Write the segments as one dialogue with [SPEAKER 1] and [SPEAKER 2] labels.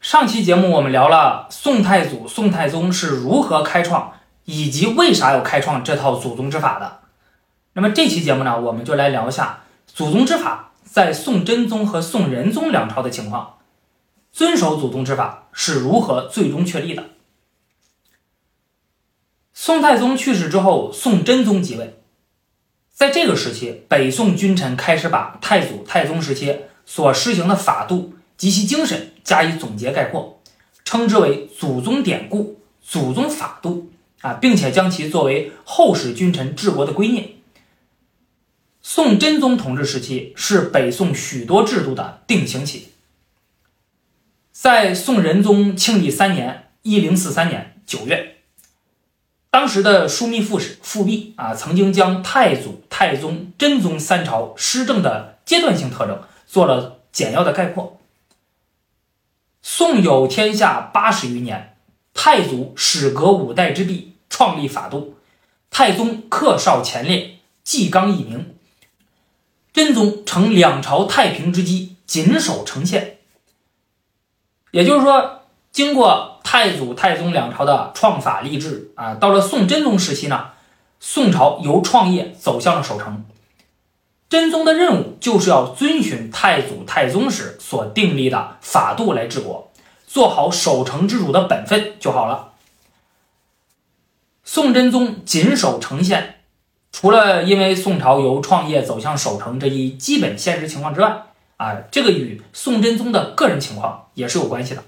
[SPEAKER 1] 上期节目我们聊了宋太祖、宋太宗是如何开创，以及为啥要开创这套祖宗之法的。那么这期节目呢，我们就来聊一下祖宗之法在宋真宗和宋仁宗两朝的情况，遵守祖宗之法是如何最终确立的。宋太宗去世之后，宋真宗即位。在这个时期，北宋君臣开始把太祖、太宗时期所施行的法度及其精神加以总结概括，称之为祖宗典故、祖宗法度并且将其作为后世君臣治国的圭臬。宋真宗统治时期是北宋许多制度的定型期。在宋仁宗庆历3年1043年9月，当时的枢密副使富弼曾经将太祖、太宗、真宗三朝施政的阶段性特征做了简要的概括。宋有天下80余年，太祖始革5代之弊，创立法度；太宗克绍前列，纪纲义明；真宗承两朝太平之基，谨守承宪。也就是说，经过太祖、太宗两朝的创法立制到了宋真宗时期呢，宋朝由创业走向了守成。真宗的任务就是要遵循太祖、太宗时所订立的法度来治国，做好守成之主的本分就好了。宋真宗谨守承宪，除了因为宋朝由创业走向守成这一基本现实情况之外这个与宋真宗的个人情况也是有关系的。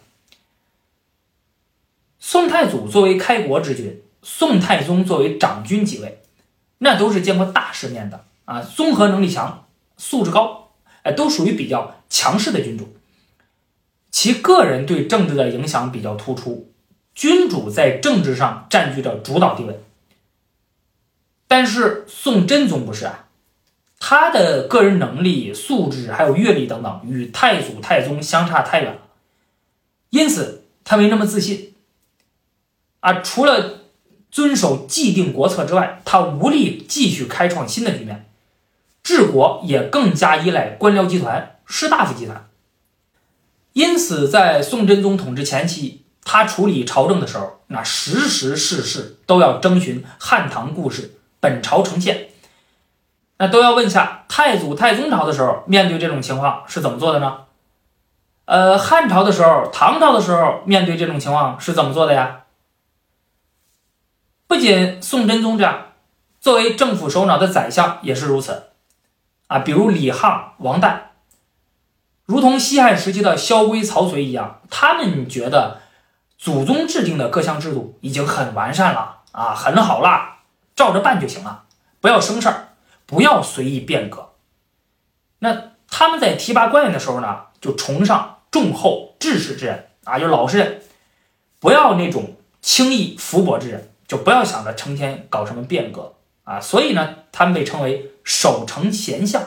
[SPEAKER 1] 宋太祖作为开国之君，宋太宗作为长君即位，那都是见过大世面的综合能力强，素质高，都属于比较强势的君主。其个人对政治的影响比较突出，君主在政治上占据着主导地位。但是宋真宗不是他的个人能力、素质还有阅历等等与太祖、太宗相差太远了，因此他没那么自信除了遵守既定国策之外，他无力继续开创新的局面，治国也更加依赖官僚集团、士大夫集团。因此在宋真宗统治前期，他处理朝政的时候，那时时事事都要征询汉唐故事、本朝承宪，那都要问下太祖、太宗朝的时候面对这种情况是怎么做的呢？汉朝的时候、唐朝的时候面对这种情况是怎么做的呀？不仅宋真宗这样，作为政府首脑的宰相也是如此比如李沆、王旦，如同西汉时期的萧规、曹随一样，他们觉得祖宗制定的各项制度已经很完善了很好了，照着办就行了，不要生事儿，不要随意变革。那他们在提拔官员的时候呢，就崇尚重厚治世之人就老实人，不要那种轻易福薄之人，就不要想着成天搞什么变革所以呢，他们被称为守成贤相。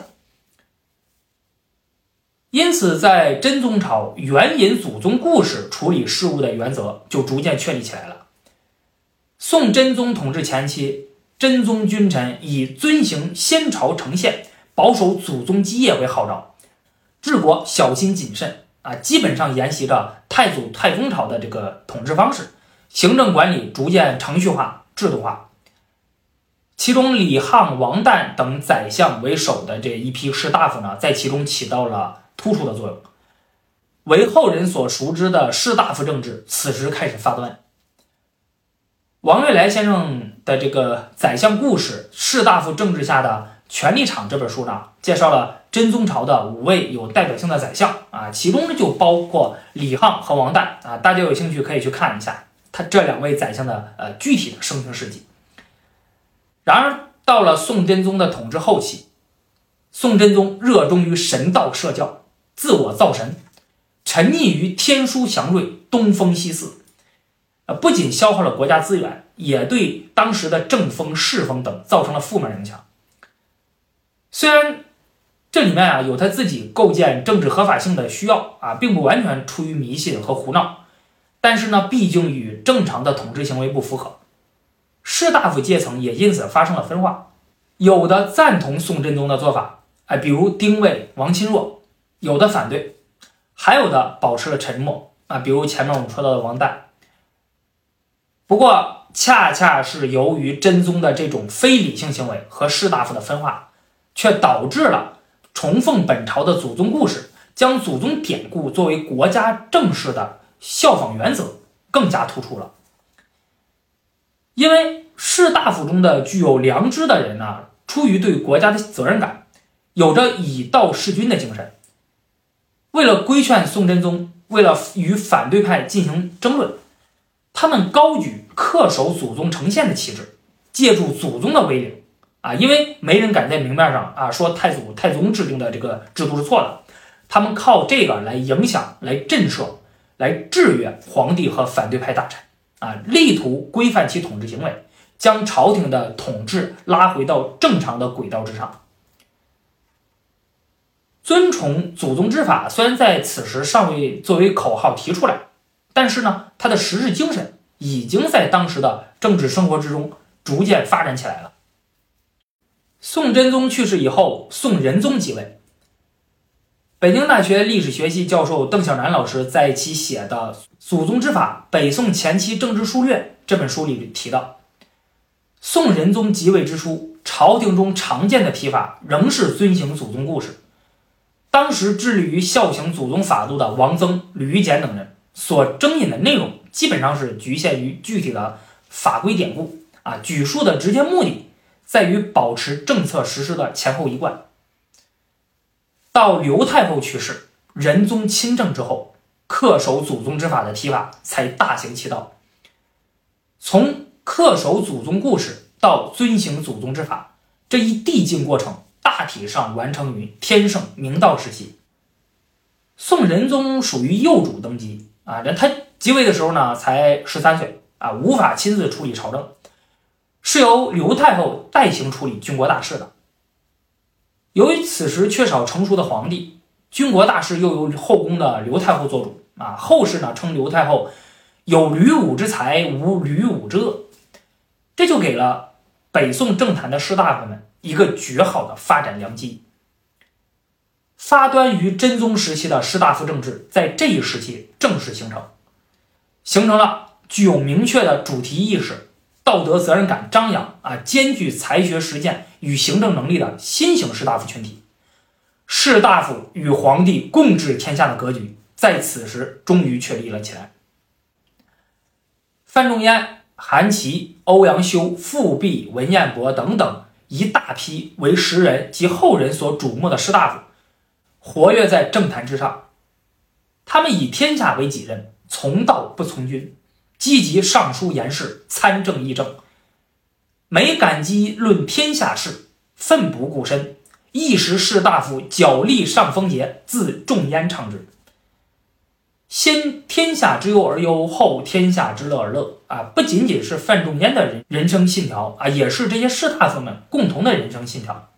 [SPEAKER 1] 因此在真宗朝，援引祖宗故事处理事务的原则就逐渐确立起来了。宋真宗统治前期，真宗君臣以遵行先朝承宪、保守祖宗基业为号召，治国小心谨慎基本上沿袭着太祖、太宗朝的这个统治方式，行政管理逐渐程序化、制度化。其中李沆、王旦等宰相为首的这一批士大夫呢，在其中起到了突出的作用。为后人所熟知的士大夫政治此时开始发端。王悦来先生的这个宰相故事、士大夫政治下的权力场这本书呢，介绍了真宗朝的5位有代表性的宰相其中呢就包括李沆和王旦大家有兴趣可以去看一下他这2位宰相的具体的生平事迹。然而到了宋真宗的统治后期，宋真宗热衷于神道社教，自我造神，沉溺于天书祥瑞、东风西祀不仅消耗了国家资源，也对当时的政风、世风等造成了负面影响。虽然这里面有他自己构建政治合法性的需要并不完全出于迷信和胡闹，但是呢，毕竟与正常的统治行为不符合，士大夫阶层也因此发生了分化，有的赞同宋真宗的做法比如丁谓、王钦若，有的反对，还有的保持了沉默， 啊，比如前面我们说到的王旦。不过恰恰是由于真宗的这种非理性行为和士大夫的分化，却导致了崇奉本朝的祖宗故事，将祖宗典故作为国家政事的效仿原则更加突出了。因为士大夫中的具有良知的人呢，出于对国家的责任感，有着以道事君的精神，为了规劝宋真宗，为了与反对派进行争论，他们高举恪守祖宗成宪的旗帜，借助祖宗的威灵啊，因为没人敢在明面上啊说太宗制定的这个制度是错的，他们靠这个来影响、来震慑、来制约皇帝和反对派大臣啊，力图规范其统治行为，将朝廷的统治拉回到正常的轨道之上。尊崇祖宗之法虽然在此时尚未作为口号提出来，但是呢，它的实质精神已经在当时的政治生活之中逐渐发展起来了。宋真宗去世以后，宋仁宗即位。北京大学历史学系教授邓小南老师在其写的《祖宗之法：北宋前期政治书略》这本书里提到，宋仁宗即位之初，朝廷中常见的提法仍是遵行祖宗故事。当时致力于效行祖宗法度的王曾、吕夷简等人所争引的内容，基本上是局限于具体的法规典故啊，举述的直接目的在于保持政策实施的前后一贯。到刘太后去世，仁宗亲政之后，恪守祖宗之法的提法才大行其道。从恪守祖宗故事到遵行祖宗之法，这一递进过程大体上完成于天圣明道时期。宋仁宗属于幼主登基啊，他即位的时候呢才13岁啊，无法亲自处理朝政，是由刘太后代行处理军国大事的。由于此时缺少成熟的皇帝，军国大事又由后宫的刘太后做主啊，后世呢称刘太后有吕武之才，无吕武之恶，这就给了北宋政坛的士大夫们一个绝好的发展良机。发端于真宗时期的士大夫政治，在这一时期正式形成了具有明确的主题意识、道德责任感张扬啊，兼具才学实践与行政能力的新型士大夫群体。士大夫与皇帝共治天下的格局在此时终于确立了起来。范仲淹、韩琦、欧阳修、富弼、文彦博等等一大批为时人及后人所瞩目的士大夫，活跃在政坛之上。他们以天下为己任，从道不从君，积极上书言事，参政议政，每感激论天下事，奋不顾身，一时士大夫脚力上风节，自仲淹唱之。先天下之忧而忧，后天下之乐而乐啊！不仅仅是范仲淹的人生信条啊，也是这些士大夫们共同的人生信条。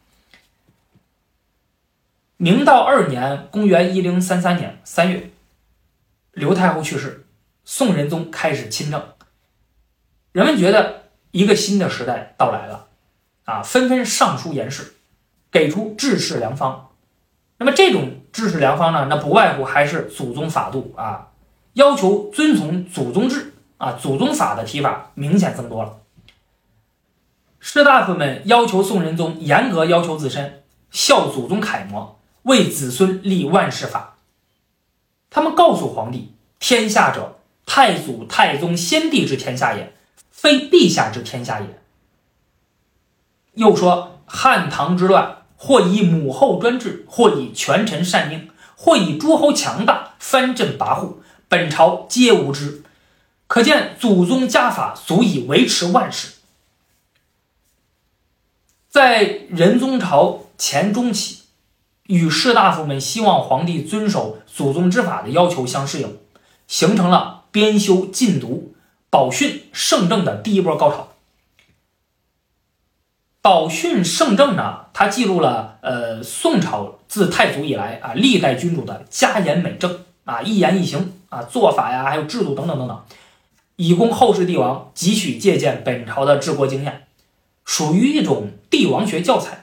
[SPEAKER 1] 明道2年，公元1033年3月，刘太后去世，宋仁宗开始亲政。人们觉得一个新的时代到来了啊，纷纷上书言事，给出治世良方。那么这种治世良方呢，那不外乎还是祖宗法度啊，要求遵从祖宗制啊，祖宗法的提法明显增多了。士大夫们要求宋仁宗严格要求自身，效祖宗楷模，为子孙立万世法。他们告诉皇帝，天下者，太祖太宗先帝之天下也，非陛下之天下也。又说汉唐之乱，或以母后专制，或以权臣擅命，或以诸侯强大，藩镇跋扈，本朝皆无知。可见祖宗家法足以维持万世。在仁宗朝前中期，与士大夫们希望皇帝遵守祖宗之法的要求相适应，形成了编修、禁毒、保训、圣政的第一波高潮。保训圣政呢，它记录了宋朝自太祖以来啊历代君主的家言美政啊，一言一行啊，做法呀，还有制度等等等等，以供后世帝王汲取借鉴本朝的治国经验，属于一种帝王学教材。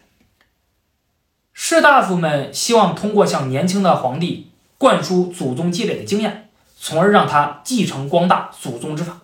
[SPEAKER 1] 士大夫们希望通过向年轻的皇帝灌输祖宗积累的经验， 从而让他继承光大祖宗之法。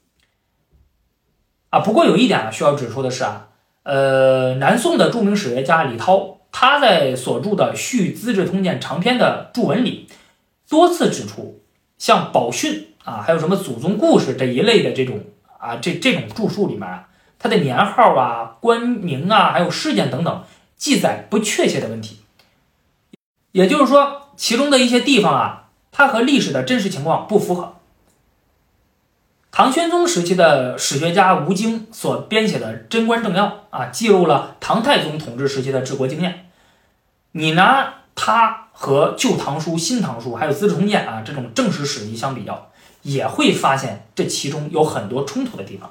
[SPEAKER 1] 不过有一点需要指出的是南宋的著名史学家李涛，他在所著的《续资治通鉴长篇》的注文里，多次指出，像宝训还有什么祖宗故事这一类的这种著述里面它的年号官名还有事件等等记载不确切的问题。也就是说，其中的一些地方它和历史的真实情况不符合。唐玄宗时期的史学家吴京所编写的《贞观政要》记录了唐太宗统治时期的治国经验。你拿它和《旧唐书》《新唐书》还有《资治通鉴》这种正史史籍相比较，也会发现这其中有很多冲突的地方。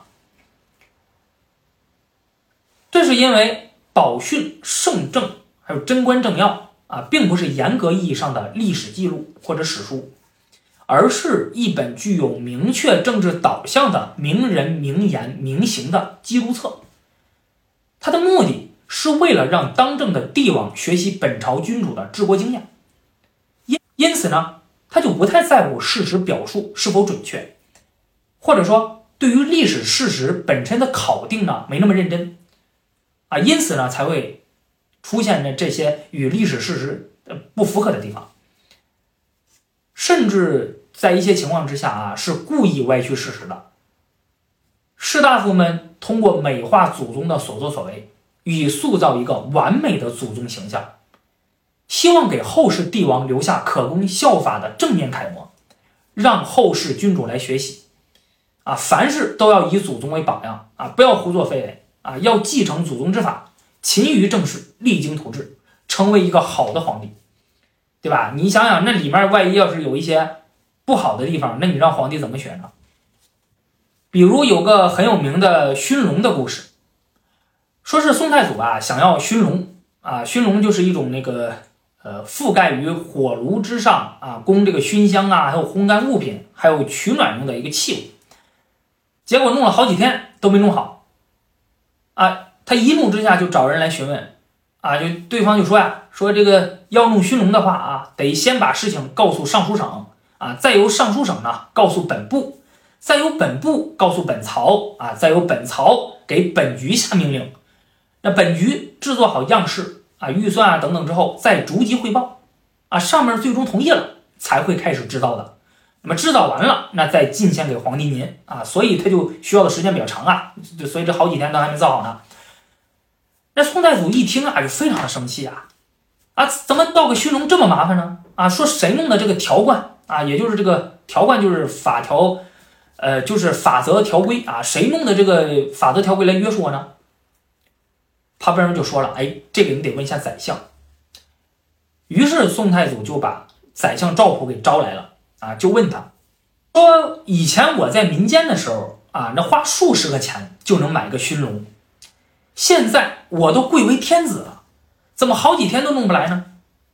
[SPEAKER 1] 这是因为宝训、圣政还有贞观政要并不是严格意义上的历史记录或者史书，而是一本具有明确政治导向的名人名言名行的记录册。它的目的是为了让当政的帝王学习本朝君主的治国经验，因此呢，他就不太在乎事实表述是否准确，或者说对于历史事实本身的考定呢没那么认真因此呢才会出现着这些与历史事实不符合的地方，甚至在一些情况之下是故意歪曲事实的。士大夫们通过美化祖宗的所作所为，以塑造一个完美的祖宗形象，希望给后世帝王留下可供效法的正面楷模，让后世君主来学习凡事都要以祖宗为榜样不要胡作非为要继承祖宗之法，勤于政事，励精图治，成为一个好的皇帝，对吧？你想想，那里面万一要是有一些不好的地方，那你让皇帝怎么选呢？比如有个很有名的驯龙的故事，说是宋太祖想要驯龙驯龙就是一种覆盖于火炉之上供这个熏香还有烘干物品还有取暖用的一个器物，结果弄了好几天都没弄好他一怒之下就找人来询问就对方就说这个要弄驯龙的话得先把事情告诉尚书省再由尚书省呢告诉本部，再由本部告诉本曹再由本曹给本局下命令，那本局制作好样式预算等等之后再逐级汇报上面最终同意了才会开始制造的。那么制造完了，那再进献给皇帝您所以他就需要的时间比较长所以这好几天都还没造好呢。那宋太祖一听就非常的生气怎么闹个驯龙这么麻烦呢说谁弄的这个条贯也就是这个条贯就是法条就是法则条规谁弄的这个法则条规来约束我呢？旁边人就说了这个你得问一下宰相。于是宋太祖就把宰相赵普给招来了就问他说，以前我在民间的时候那花数十个钱就能买个驯龙，现在我都贵为天子了，怎么好几天都弄不来呢？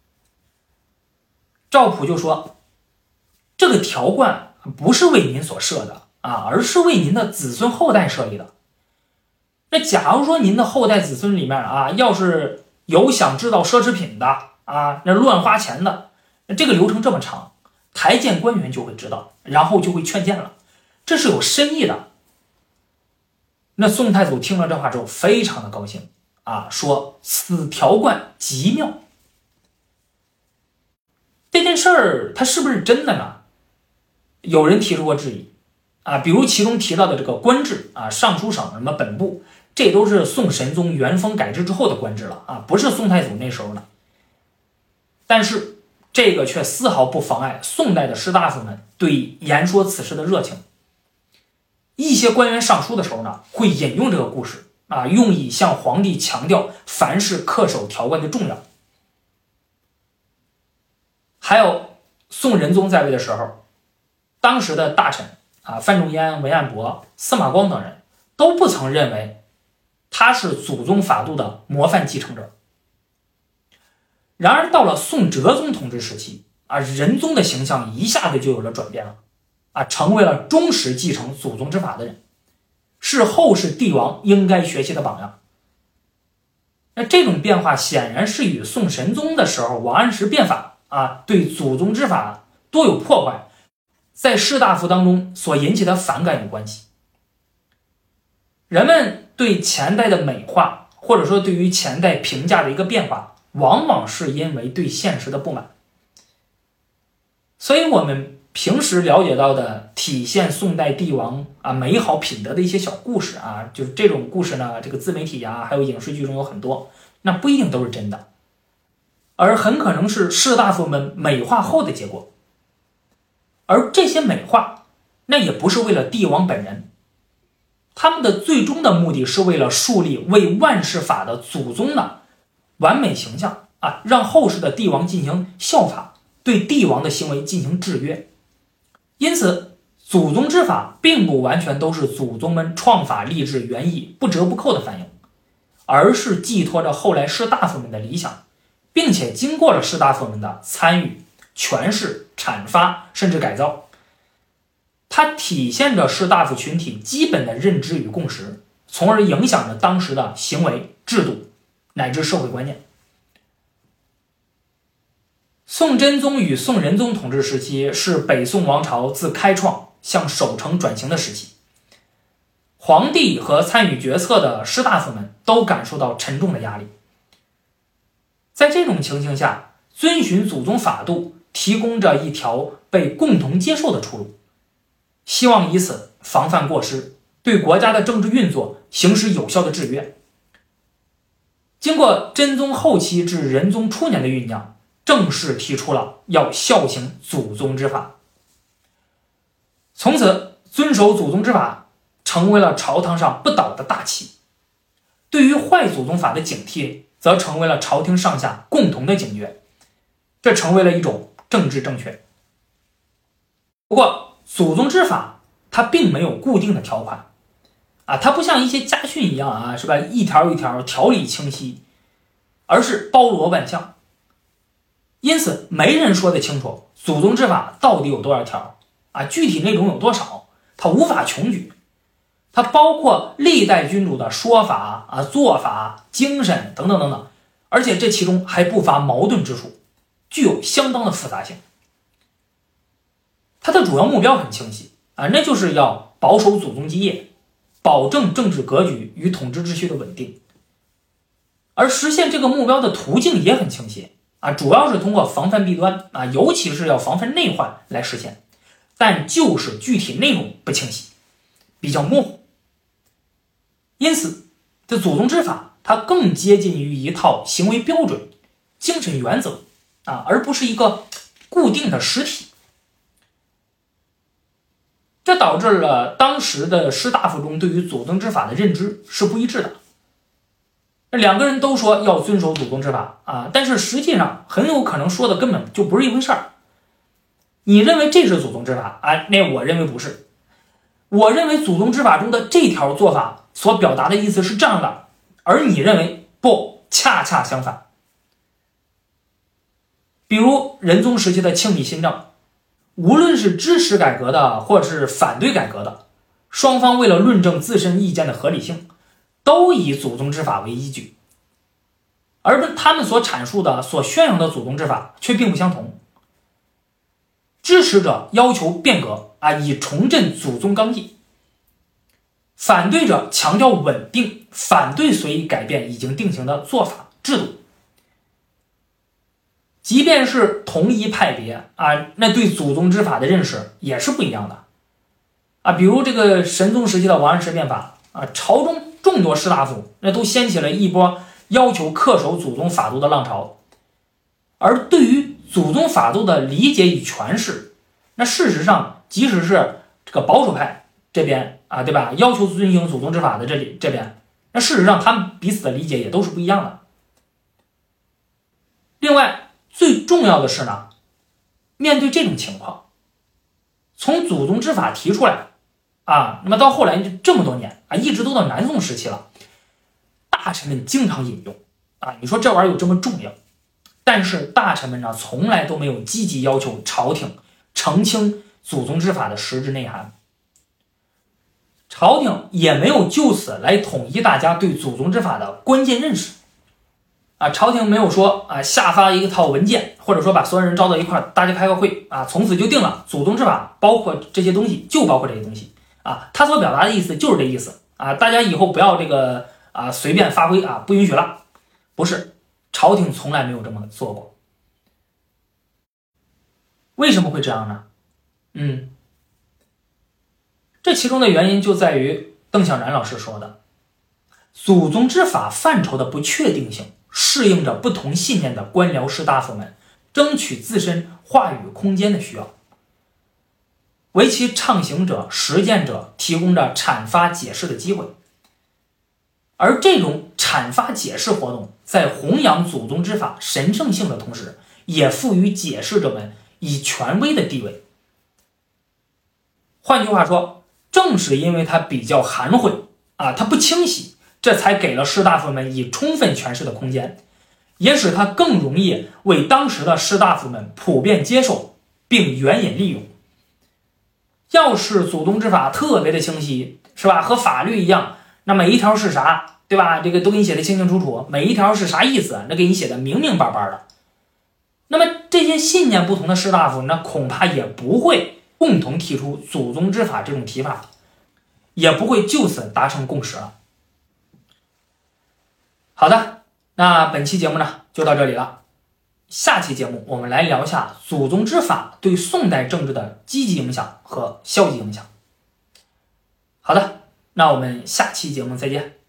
[SPEAKER 1] 赵普就说，这个条贯不是为您所设的而是为您的子孙后代设立的。那假如说您的后代子孙里面要是有想制造奢侈品的那乱花钱的，那这个流程这么长，台谏官员就会知道，然后就会劝谏了，这是有深意的。那宋太祖听了这话之后非常的高兴说此条贯极妙。这件事儿它是不是真的呢？有人提出过质疑比如其中提到的这个官制尚书省什么本部，这都是宋神宗元丰改制之后的官制了不是宋太祖那时候的。但是这个却丝毫不妨碍宋代的士大夫们对言说此事的热情。一些官员上书的时候呢，会引用这个故事用以向皇帝强调凡事恪守条贯的重要。还有宋仁宗在位的时候，当时的大臣范仲淹、文彦博、司马光等人都不曾认为他是祖宗法度的模范继承者。然而到了宋哲宗统治时期仁宗的形象一下子就有了转变了成为了忠实继承祖宗之法的人，是后世帝王应该学习的榜样。那这种变化显然是与宋神宗的时候王安石变法对祖宗之法多有破坏， 在士大夫当中所引起的反感有关系。人们对前代的美化，或者说对于前代评价的一个变化，往往是因为对现实的不满。所以我们平时了解到的体现宋代帝王美好品德的一些小故事就是这种故事呢，这个自媒体还有影视剧中有很多，那不一定都是真的，而很可能是士大夫们美化后的结果。而这些美化，那也不是为了帝王本人，他们的最终的目的是为了树立为万世法的祖宗的完美形象让后世的帝王进行效法，对帝王的行为进行制约。因此祖宗之法并不完全都是祖宗们创法立志原意不折不扣的反应，而是寄托着后来士大夫们的理想，并且经过了士大夫们的参与、诠释、阐发甚至改造。它体现着士大夫群体基本的认知与共识，从而影响着当时的行为、制度乃至社会观念。宋真宗与宋仁宗统治时期是北宋王朝自开创向守成转型的时期，皇帝和参与决策的士大夫们都感受到沉重的压力。在这种情形下，遵循祖宗法度提供着一条被共同接受的出路，希望以此防范过失，对国家的政治运作行使有效的制约。经过真宗后期至仁宗初年的酝酿，正式提出了要效行祖宗之法。从此，遵守祖宗之法成为了朝堂上不倒的大旗，对于坏祖宗法的警惕则成为了朝廷上下共同的警觉，这成为了一种政治正确。不过祖宗之法它并没有固定的条款它不像一些家训一样是吧，一条一条条理清晰，而是包罗万象。因此没人说得清楚祖宗之法到底有多少条具体内容有多少，它无法穷举。它包括历代君主的说法做法、精神等等等等，而且这其中还不乏矛盾之处，具有相当的复杂性。它的主要目标很清晰那就是要保守祖宗基业，保证政治格局与统治秩序的稳定。而实现这个目标的途径也很清晰主要是通过防范弊端尤其是要防范内患来实现，但就是具体内容不清晰，比较模糊。因此这祖宗之法它更接近于一套行为标准、精神原则而不是一个固定的实体。这导致了当时的士大夫中对于祖宗之法的认知是不一致的。两个人都说要遵守祖宗之法但是实际上很有可能说的根本就不是一回事儿。你认为这是祖宗之法那我认为不是。我认为祖宗之法中的这条做法所表达的意思是这样的，而你认为不，恰恰相反。比如仁宗时期的庆历新政，无论是支持改革的或者是反对改革的，双方为了论证自身意见的合理性，都以祖宗之法为依据，而他们所阐述的、所宣扬的祖宗之法却并不相同。支持者要求变革以重振祖宗纲纪，反对者强调稳定，反对随意改变已经定型的做法制度。即便是同一派别那对祖宗之法的认识也是不一样的比如这个神宗时期的王安石变法朝中众多士大夫那都掀起了一波要求恪守祖宗法度的浪潮，而对于祖宗法度的理解与诠释，那事实上即使是这个保守派这边对吧，要求遵行祖宗之法的这边，那事实上他们彼此的理解也都是不一样的。另外最重要的是呢，面对这种情况，从祖宗之法提出来那么到后来这么多年一直都到南宋时期了，大臣们经常引用你说这玩意儿有这么重要？但是大臣们呢，从来都没有积极要求朝廷澄清祖宗之法的实质内涵，朝廷也没有就此来统一大家对祖宗之法的关键认识朝廷没有说下发一套文件，或者说把所有人招到一块儿，大家开个会从此就定了祖宗之法，包括这些东西，就包括这些东西他所表达的意思就是这意思大家以后不要这个随便发挥不允许了。不是，朝廷从来没有这么做过。为什么会这样呢？这其中的原因就在于邓小然老师说的，祖宗之法范畴的不确定性，适应着不同信念的官僚士大夫们争取自身话语空间的需要，为其倡行者、实践者提供着阐发解释的机会。而这种阐发解释活动在弘扬祖宗之法神圣性的同时，也赋予解释者们以权威的地位。换句话说，正是因为它比较含混它不清晰，这才给了士大夫们以充分诠释的空间，也使它更容易为当时的士大夫们普遍接受并援引利用。要是祖宗之法特别的清晰，是吧？和法律一样，那每一条是啥，对吧？这个都给你写的清清楚楚，每一条是啥意思，那给你写的明明白白的。那么这些信念不同的士大夫，那恐怕也不会共同提出祖宗之法这种提法，也不会就此达成共识了。好的，那本期节目呢就到这里了。下期节目我们来聊一下祖宗之法对宋代政治的积极影响和消极影响。好的，那我们下期节目再见。